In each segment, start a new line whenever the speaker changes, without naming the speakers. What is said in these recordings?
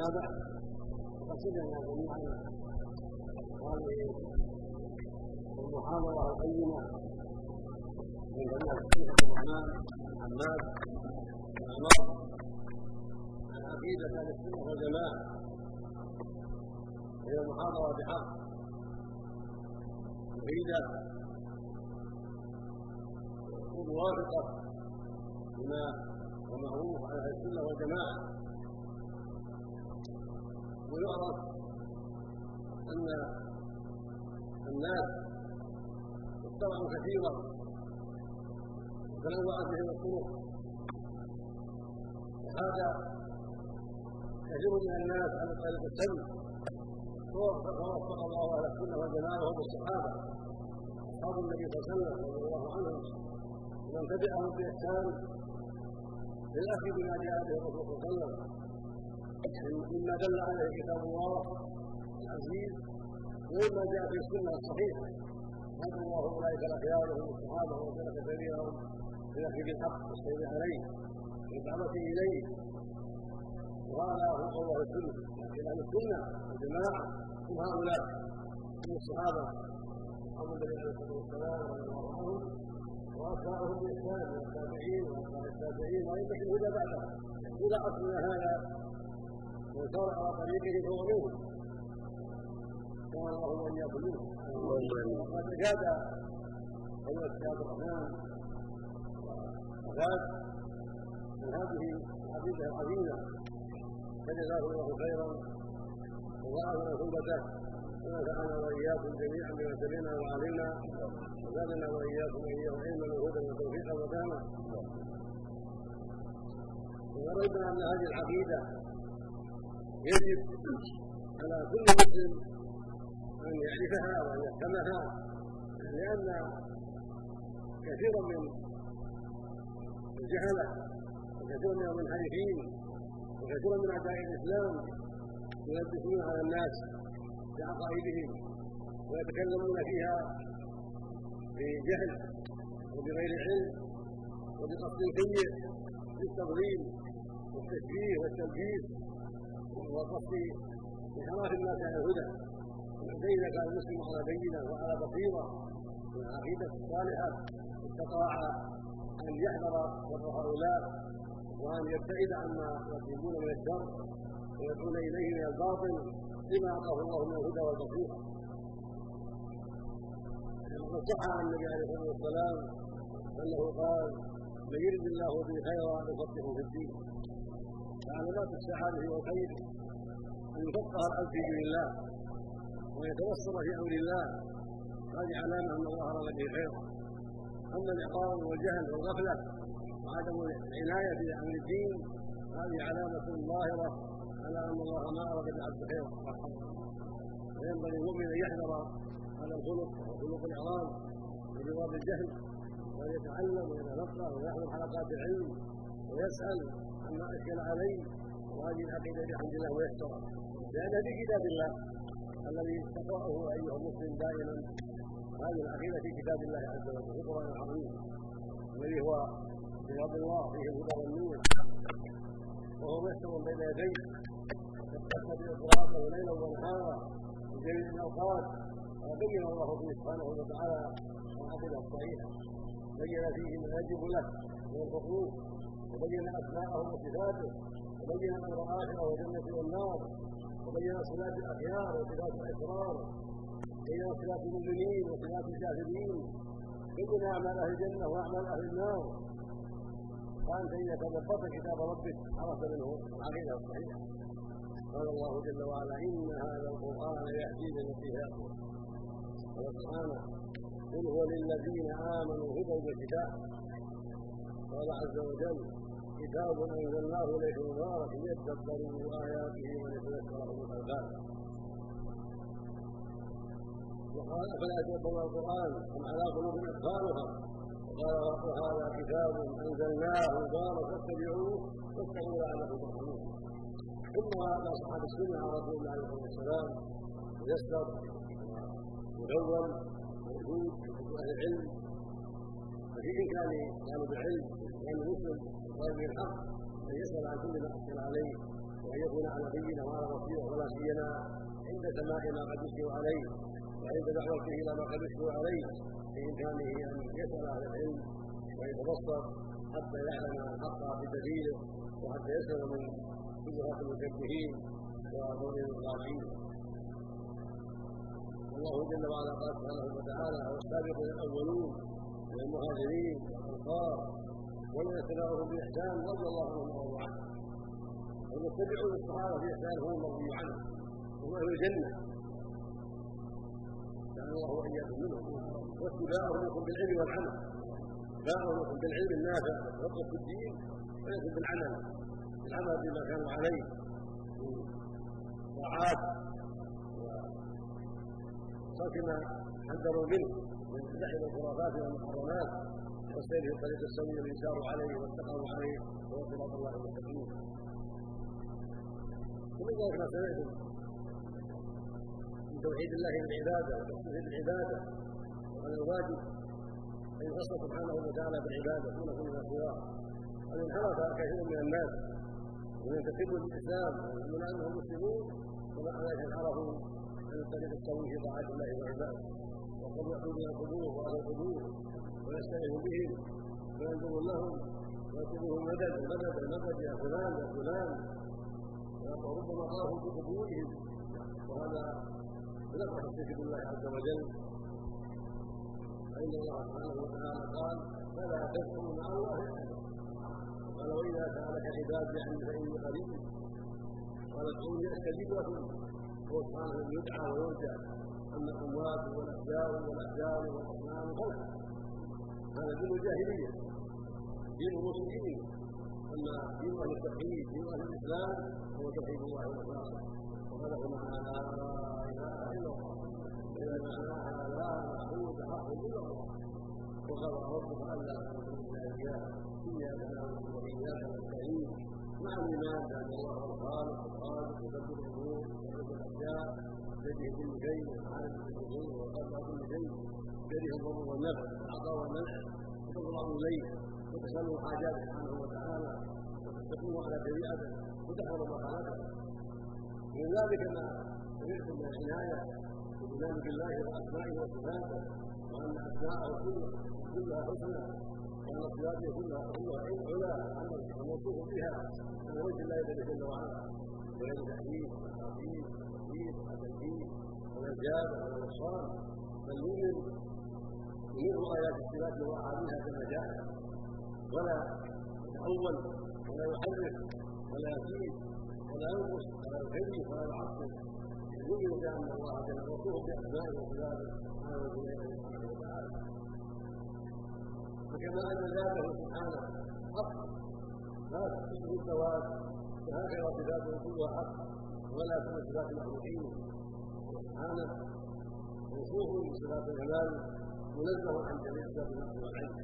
أما بعد، فقد سمعنا جميعا هذه المحاضرة القيمة من جميع الشيخ الرحمن حماد وعمار عن عقيدة أهل السنة والجماعة. هي المحاضرة بحق مفيدة وموافقة لما هو معروف على أهل السنة والجماعة. ويعرف أن الناس اخترعوا كثيرا وتنوعت بهم الطرق، وهذا كثير من الناس على طريق السلم، ووفق الله أهل السنة والجماعة وهم الصحابة أصحاب النبي صلى الله عليه وسلم رضي الله عنهم ومن تبعهم بإحسان للأخذ بما جاء به الرسول صلى الله عليه وسلم مما دل عليه كتاب الله العزيز ومما جاء في السنة الصحيحة. هدى الله أولئك الأخيار هم الصحابة وسلف سبيلهم بالأخذ بالحق والسير عليه والدعوة إليه، وهذا هو قول أهل السنة. لكن أهل السنة والجماعة هم هؤلاء هم الصحابة أصحاب النبي عليه الصلاة والسلام رضي الله عنهم وأتباعهم بإحسان والتابعين وأتباع التابعين وأئمة الهدى بعدهم. إذا أصلنا هذا وسار على طريقه فهو منهم، كما الله وإياكم منهم. وقد أجاد أيها الشيخ الرحمن وأفاد من هذه العقيدة العظيمة، فجزاه الله خيرا وضاعف مثوبته ونفعنا وإياكم جميعا بما سمعنا وعلمنا وزادنا وإياكم وإياه علما وهدى وتوفيقا وداما. ورأينا أن هذه العقيدة يجب على كل مسلم أن يعرفها وأن يفهمها، لأن كثيرا من الجهلة وكثيرا من المنحرفين وكثيرا من أعداء الإسلام يلبسون على الناس بعقائدهم ويتكلمون فيها بجهل وبغير علم وبقصد سيء للتضليل والتشبيه والتلبيس وقصد انحراف الناس عن الهدى. فإذا كان المسلم على بينة وعلى بصيرة من العقيدة الصالحة استطاع أن يحذر شر هؤلاء وأن يبتعد عما يقدمون من الشر ويدعون إليه من الباطل لما أعطاه الله من الهدى والبصيرة. وقد صح عن النبي عليه الصلاة والسلام أنه قال: من يرد الله به خيرا يفقهه في الدين. فعلامات السعادة والخير أن يفقه العبد في دين الله ويتوسط في أمر الله، هذه علامة أن الله أراد به خيرا. أما الإعراض والجهل والغفلة وعدم العناية بأمر الدين هذه علامة ظاهرة على أن الله ما أراد بالعبد خيرا. وينبغي المؤمن أن يحذر هذا الخلق وخلق الإعراض وجواب الجهل، وأن يتعلم ويتلقى ويحضر حلقات العلم ويسأل عما أشكل عليه، وهذه العقيدة بحمد الله ويحترم، لأنها في كتاب الله الذي تقرأه أيها المسلم دائما. هذه العقيدة في كتاب الله عز وجل في القرآن العظيم الذي هو كتاب الله فيه الهدى والنور، وهو ميسر بين يديه تستبدل صراطه ليلا ونهارا في جميع الأوقات. وبين الله فيه سبحانه وتعالى العقيدة الصحيحة، بين فيه ما يجب له من الحقوق، وبين أسماءه وصفاته، وبين أمر الآخرة والجنة والنار، وبين صفات الأخيار وصفات الأشرار، وبين صفات المؤمنين وصفات الكافرين، بين أعمال أهل الجنة وأعمال أهل النار. فأنت إذا تدبرت كتاب ربك عرفت منه العقيدة الصحيحة. قال الله جل وعلا: إن هذا القرآن يهدي للتي هي أقوم. قال سبحانه: قل هو للذين آمنوا هدى وشفاء. قال عز وجل: كتاب أنزلناه إليك مبارك ليدبروا آياته وليتذكر أولو الألباب. وقال: أفلا يتدبرون القرآن أم على قلوب أقفالها. وقال: وهذا كتاب أنزلناه مبارك فاتبعوه واتقوا لعلكم ترحمون. ثم هذا صحاب السنة على رسول الله عليه الصلاة والسلام يسر مدون موجود في أهل العلم، ففي إمكان طالب العلم وأن المسلم طالب الحق أن يسأل عن كل ما أشكل عليه وأن يكون على بينة وعلى بصيرة، ولا سيما عند سماع ما قد يشكل عليه وعند دعوته إلى ما قد يشكل عليه، بإمكانه أن يسأل أهل العلم ويتبصر حتى يعلم الحق بدليله، وحتى يسلم من شبهات المشبهين وظن الغالين. الله جل وعلا قال سبحانه وتعالى: والسابقون الأولون من المهاجرين والأنصار والذين اتبعوهم بإحسان رضي الله عنهم ورضوا عنه. والمتبعون الصحابة بإحسان هم المرضي عنه وهم أهل الجنة، جعل الله وإياكم منهم. واتباعهم يكون بالعلم والعمل، اتباعهم يكون بالعلم النافع والفقه في الدين، ويكون بالعمل بما كانوا عليه من طاعات وترك ما حذروا منه من زحم الخرافات والمحرمات، والسير في الطريق السوي واليسار عليه والتقوى عليه وهو صراط الله المستقيم. ومن ذلك ما سمعتم من توحيد الله بالعباده وتوحيد العباده، وهذا الواجب ان يخص سبحانه وتعالى بالعباده دون كل ما سواه. قد انحرف كثير من الناس ومن ينتسبوا للاسلام ويظنون انهم مسلمون، ومع ذلك انحرفوا عن الطريق السوي في طاعه الله وعباده، وقد يعود الى القبور واهل القبور ويستعين بهم وينظر لهم ويطلبهم مدد يا فلان يا فلان، وربما طافوا في قبورهم، وهذا يقبح الشرك بالله عز وجل. فإن الله سبحانه وتعالى قال: فلا تدعوا مع الله أحدا. قال: وإذا سألك عبادي عني فإني قريب، قال: ادعوني أستجب لكم. هو سبحانه الذي يدعى ويرجع، أما الأموات والأحجار والأصنام خلق، هذا دين الجاهلية دين المسلمين. أما دين أهل التوحيد دين أهل الإسلام هو توحيد الله وإخلاصه، وخلق معنى لا إله إلا الله، إذا معناها لا معبود حق إلا الله، وقال ربك ألا تعبدوا إلا إياه إياك نعبد وإياك نستعين، مع الإيمان بأن الله هو الخالق يدبر الأمور ويخلق الأشياء بيده كل شيء وعالم كل شيء وقدر كل شيء، بيده الضر والنفع والعطاء والمنع، وتضرع إليه وتسأل حاجاته سبحانه وتعالى وتستقيم على شريعته وتحفظ ما خلقه. من ذلك ما سمعتم من العناية بالإيمان بالله وأسمائه وصفاته، وأن أسماءه كلها حسنى، وأن صفاته كلها علا الموصوف بها من وجه الله جل وعلا، وغير تحديد وتعظيم وتكبير وتنكير ولا زيادة ولا نقصان، بل يؤمن بنور آيات الصفات وأحاديثها كما جاءت، ولا يتأول ولا يحرف ولا يزيد ولا ينقص ولا يكيف ولا يعطل، يؤمن بأن الله جل وعلا بأسمائه وصفاته سبحانه وتعالى. فكما أن ذاته سبحانه حق لا تحسه الزواج، فهكذا صفاته كلها حق ولا تكون صفات المخلوقين، سبحانه موصوف بصفات الكمال منزه عن جميع صفات النقص والعيب،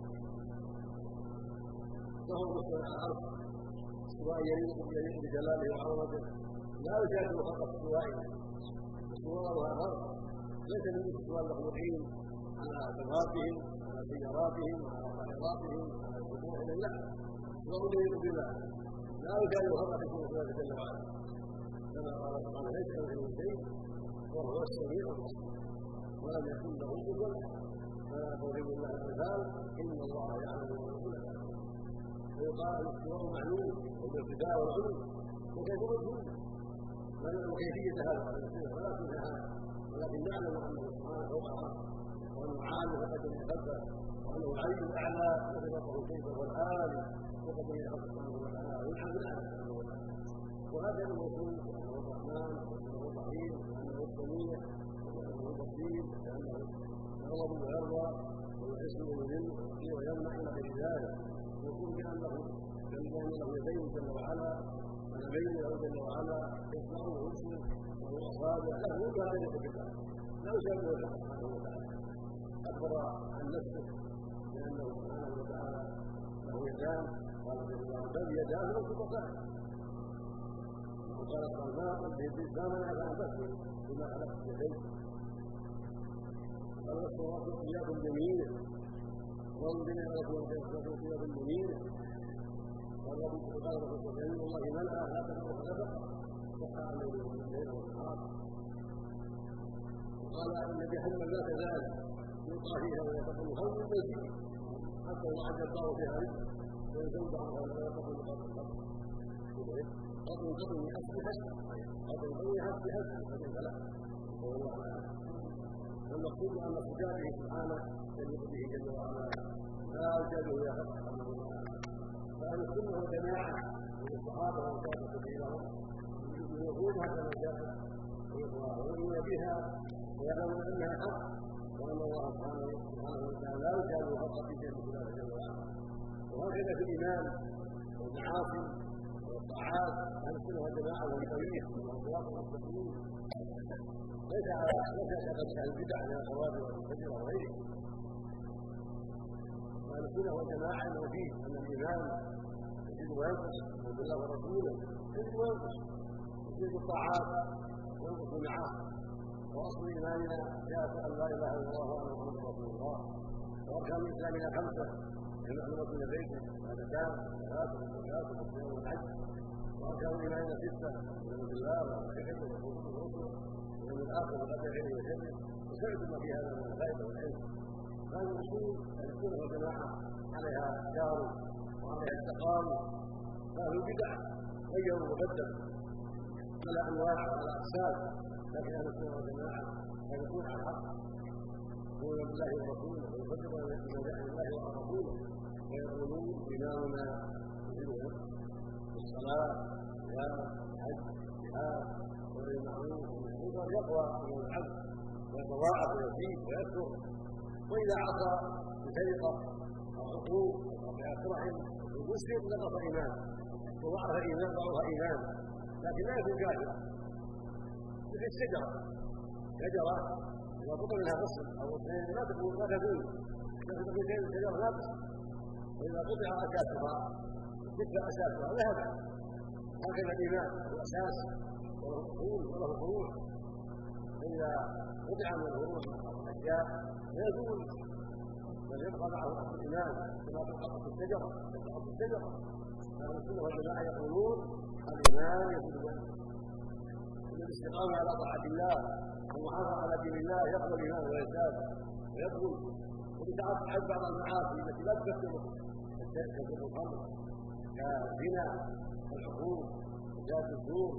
وهو مستوى على الارض استواء يليق بجلاله وعظمته، لا يشاكل خلق استوائه، استواءها الارض ليس من استواء المخلوقين على ذراتهم على سياراتهم على طائراتهم على سطوحهم، لا، استواء يليق بما لا يشاكل خلق استواءه جل وعلا، كما قال سبحانه: ليس كمثله شيء وهو السميع البصير، ولم يكن له كفوا احد، فلا تضرب الله المثال ان الله يعلم ما يقول. ويقال الاستواء معلوم والارتفاع والعلو وكيف مجهول، لا نعلم كيفيه هذا ولا كيفها، ولكن نعلم انه سبحانه فوق العرش، وانه عالم فقد يتكبر، وانه العلي الاعلى وصفاته كيف هو العالي وقد يتحق سبحانه وتعالى ويلحق بالعالم سبحانه وتعالى. وهذا الموصول انه الرحمن وانه الرحيم وانه السميع وانه البصير، لانه يغضب ويرضى ويحس ويذل ويمنع الى غير ذلك، ويكون بانه له يدين جل وعلا ونبيه له جل وعلا يسمع ويبصر وهو اصابع له ما يليق بالله، لا يشابه له سبحانه وتعالى. اخبر عن نفسه بانه سبحانه وتعالى له يدان، قال جل وعلا: بل يداه مبسوطتان، وقال الصلاه ما منعك ان تسجد بما خلقت يديك، قال: والصلاه اياكم بيمينه، وانظر بنعمته وكيف تكون بيمينه، قال: وقال الرسول صلى الله عليه وسلم منع لا تكون صدقه وقع الليل والنهار. وقال النبي محمد لا تزال يلقى فيها ولا تكون خوف المسجد حتى يعد الله فيها رزق ويزود عنها ولا تكون قبل القبر قبل القبر حسب حسب قبل القبر حسب حسب فليس له والله اعلم. والمقصود ان صفاته سبحانه يليق به جل وعلا لا يجاده يخاف فأهل السنة والجماعة من الصحابة وكانوا كثيرهم يؤمنون هذا النجاة ويؤمنون بها ويعلمون أنها حق وأن الله سبحانه وتعالى لا يجعل حق في شيء من الله جل وعلا. وهكذا في الإيمان والمعاصي والطاعات أهل السنة والجماعة والتوحيد والصراط المستقيم ليس شغل أهل البدع من الخوارج والمبتدعة وغيرهم. أهل السنة والجماعة أنه فيه أن الإيمان يزيد وينقص بالله ورسوله يزيد وينقص يزيد الطاعات وينقص المعاصي. وأصل إيماننا شهادة أن لا إله إلا الله وأن محمدا رسول الله. وأركان إسلامنا خمسة المعلومة من البيت والزكاة والصلاة والزكاة والصيام والحج. وأركان إيماننا ستة الإيمان بالله والملائكة والكتب والرسل واليوم الآخر والقدر خيره وشره وسعد ما في هذا من الخير والعلم. هذه الأصول السنة والجماعة عليها دار وعليها استقاموا. فأهل البدع غيروا وبدلوا على أنواع وعلى أقسام، لكن أهل السنة والجماعة يكون على الحق يؤمنون بالله ورسوله ويصدقون بما جاء من الله ورسوله ويقولون إمامنا بالصلاة والحج والجهاد وغير المعروف والمنكر يقوى من العبد ويتضاعف ويزيد ويكثر. وإذا عصى بسرقة أو عقوق أو بأكل رحم المسلم نقص إيمان وضعف إيمان ضعف إيمان، لكن لا يكون كافرا. مثل الشجرة إذا بطل منها غصن أو غصنين لا تكون كيد الشجرة ناقص، وإذا قطع أساسها جد أساسها ذهب. هكذا الإيمان هو أساس وله أصول وله فروع، فإذا قطع من الفروع الأشياء لا يزول بل يبقى معه أصل الإيمان كما تلقط الشجرة. أهل السنة والجماعة يقولون الإيمان يزول الاستقامة على طاعة الله والمحافظة على دين الله يقوى الإيمان ويزداد ويدخل. وبتعد بعض المعاصي التي لا تكفر كشرب الخمر كالزنا والحقوق وزاد الزور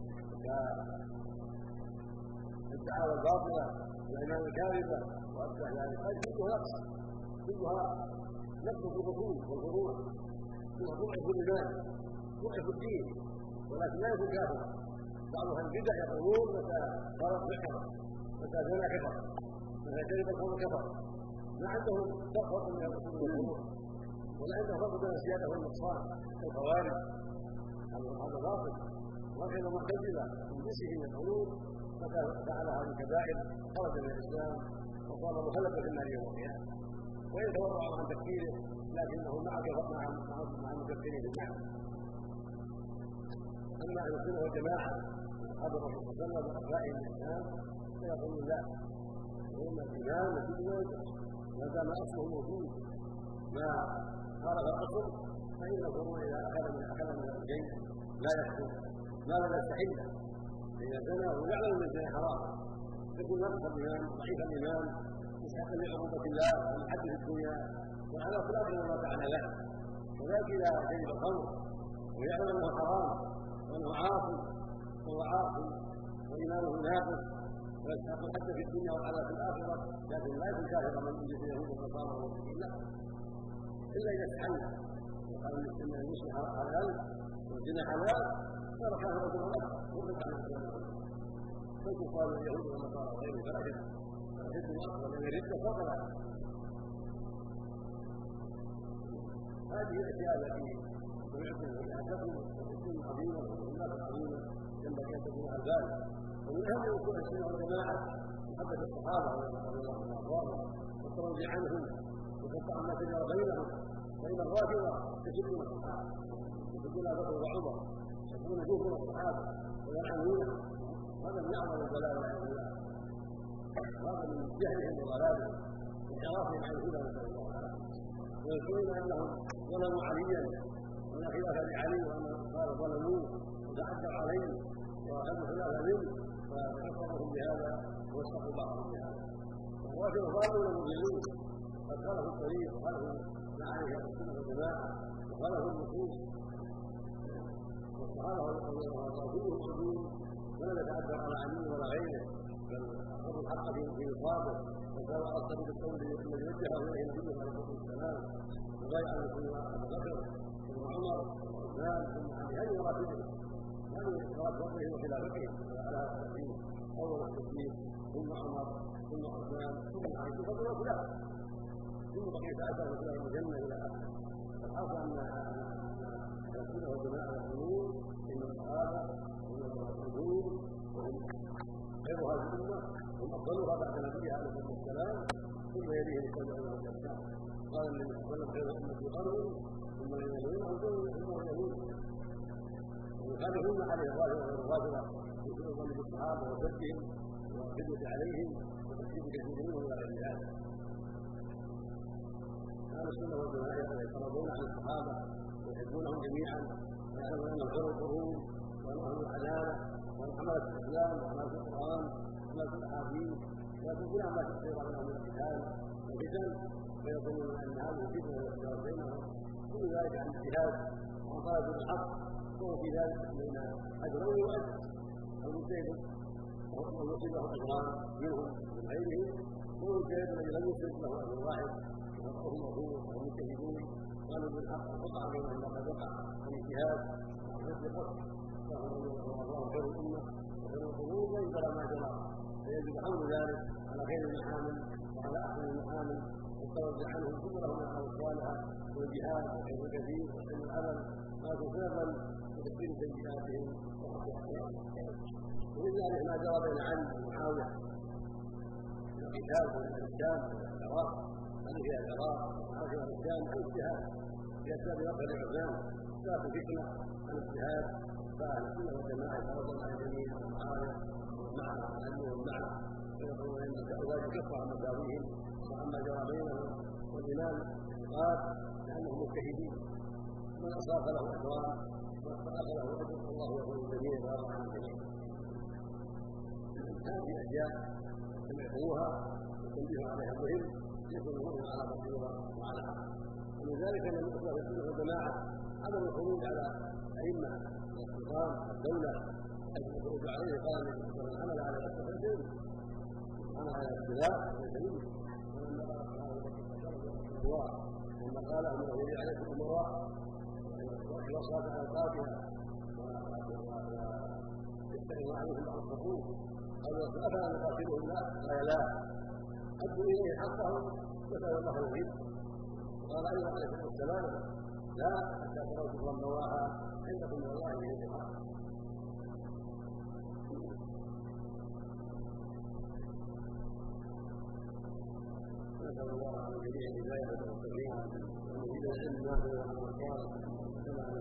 كالدعاوى الباطلة والإيمان الكاذبة وأشبه ذلك، هذه كلها نقص في الأصول والفروع، كلها ضعف الإيمان ضعف الدين، ولكن لا يكون كافرا. بعض اهل البدع يقولون متى فرق كفر، متى زنا كفر، متى شرب الخمر كفر. ما عندهم فرق من الاصول والفروع، ولا عندهم فرق بين الزياده والنقصان كالخوارج. هذا باطل. وهكذا المعتزله من جنسهم يقولون متى فعل هذه الكبائر خرج من الاسلام وصار مخلفا في النار يوم القيامه، ويتورع عن تكفيره لكنه مع المكفرين بالمعنى. أما أهل السنة والجماعة أصحاب الرسول صلى الله عليه وسلم وأتباعهم الإسلام فيقولون لا، وإن الإيمان يزيد وينقص ما دام أصله موجود. ما خالف الأصل فإن الفروع إذا أخذ من الشيء لا يحكم ما لم يستحله، فإذا زنى ويعلم من الزنا حرام يكون نقص الإيمان ضعيف الإيمان مستحقا لعقوبة الله والحد في الدنيا وعلى خلاف ما فعل له. وذلك إذا شرب الخمر ويعلم أنه حرام وأنه عاصي فهو عاصي وإيمانه ناقص ويستحق الحد في الدنيا والعذاب في الآخرة، لكن لا يكون كافرا من جنس اليهود والنصارى والمشركين لا، إلا إذا استحل وقال إن المسلم حلال والزنا حلال صار كافرا بالغلط ويخرج عن الإسلام. فالكفار اليهود والنصارى وغيرهم فلا يرد الأصل ولم يرد فضلا. هذه الأشياء التي ويعطي ويعتقد وتكون عظيمه والناس عظيمه ينبغي ان تكون على ذلك. ومن اهم اصول السنه والجماعه محبه الصحابه رضي الله عنهم وارضاهم والتروي عنهم وتقطع ما شجر بينهم. فان الرافضه يسبون الصحابه يسبون ابا بكر وعمر يسبون جوفر الصحابه ويلعنونه. هذا من اعظم البلاء والعياذ بالله، هذا من جهلهم وضلالهم وانحرافهم عن الهدى نسال الله تعالى. ويقولون انهم ظلموا عليا ولا خلاف لعلي وان قال ظلموه وتعدوا عليه واخذوا خلاف منه فكفرهم بهذا ووثقوا بعضهم بهذا. والرافضه ضالون مضلون قد خالفوا الطريق وخالفوا ما عليه اهل السنه والجماعه وخالفوا النصوص، والصحابه رضي الله عنهم كلهم معذورون ولم يتعدوا على علي ولا غيره، بل اخذوا الحق في نصابه وكان اصلا بالقول الذي وجهه اليه النبي عليه الصلاه والسلام وبايع المسلمين ابا بكر ثم عمر وعثمان ثم علي. هذه مراتبهم، هذه مراتب فضلهم وخلافتهم على هذا الترتيب: اول التصديق ثم عمر ثم عثمان ثم علي بفضل وخلاف، ثم بقيه اثار وخلاف الجنه الى اخره. فالحاصل ان السنه والجماعه يقولون ان الصحابه هم الراشدون وهم خير هذه الامه، هم افضلها بعد نبيها عليه الصلاه والسلام، ثم يليه التابعون والتابعون. قال النبي صلى الله عليه وسلم: خير امتي قرني ثم الذين يلونهم ثم اليهود. ويخالفون عليه الرافضه وغير الرافضه في سوء الظن بالصحابه وسبهم والخدمه عليهم وتكذيب كثير منهم الى غير ذلك. اهل السنه والجماعه يترضون عن الصحابه ويحبونهم جميعا ويعلمون انهم خير القرون وانهم العداله وان حمله الاسلام وحمله القران وحمله الاحاديث، ويتركون عما تحصل لهم من القتال والفتن ويظنون ان هذه الفتنه والاختلاف بينهم كل ذلك عن اجتهاد وعن طلب الحق، وهو في ذلك بين اجرين واجر. المجتهد والمصيب له اجران منهم من غيرهم، والمجتهد الذي لم يصب له اجر واحد وحقه مغفور وهم مجتهدون قالوا بالحق وقع بينهم ما قد وقع عن اجتهاد وحفظ قصد، فهم خير الامه وخير القرون وان جرى ما جرى، فيجب حمل ذلك على خير المحامل وعلى احسن المحامل والتوجه عنهم كل لهم من الاعمال الصالحه والجهاد وخير الكثير وحسن العمل كانوا سببا لتكفير سيئاتهم وحسن احوالهم. ومن ذلك ما جرى بين علي ومعاويه من القتال بين الاسلام والعراق، هذه فيها العراق ومعاويه الاسلام عن اجتهاد في اسباب نقل العزام سبب فتنه عن اجتهاد. فاهل السنه والجماعه يترضون عن الجميع ومعاويه ومعنى علي ومعنى ويقولون ان الاولاد كفر عن مساويهم وعما جرى بينهم، والامام قال لانهم مجتهدين من اصاب له اجران فاخذ له اجر والله يقول الجميع ويرضى عن الجميع. هذه اشياء سمعتموها والتنبيه عليها مهم يكون المؤمن على بصيره وعلى حق. ومن ذلك ان المؤمن في السنه والجماعه عدم الخروج على ائمه السلطان والدوله حيث الخروج عليه قال من عمل على التفجير عمل على الاختلاف وليس منه، ولما قال امر ولي عليكم امراء وصلاه اوقاتها ويستحق عليهم بعض الحقوق قالوا افلا نقاتلهم؟ قال لا، ادوا اليه حقهم نسال الله العزيز. قال ايضا عليه الصلاه والسلام: لا حتى تروا كفرا بواها عندكم من الله به الحق. نسال الله عن جميع الهدايه والتوفيق ومزيد العلم النافع والعمل الصالح كما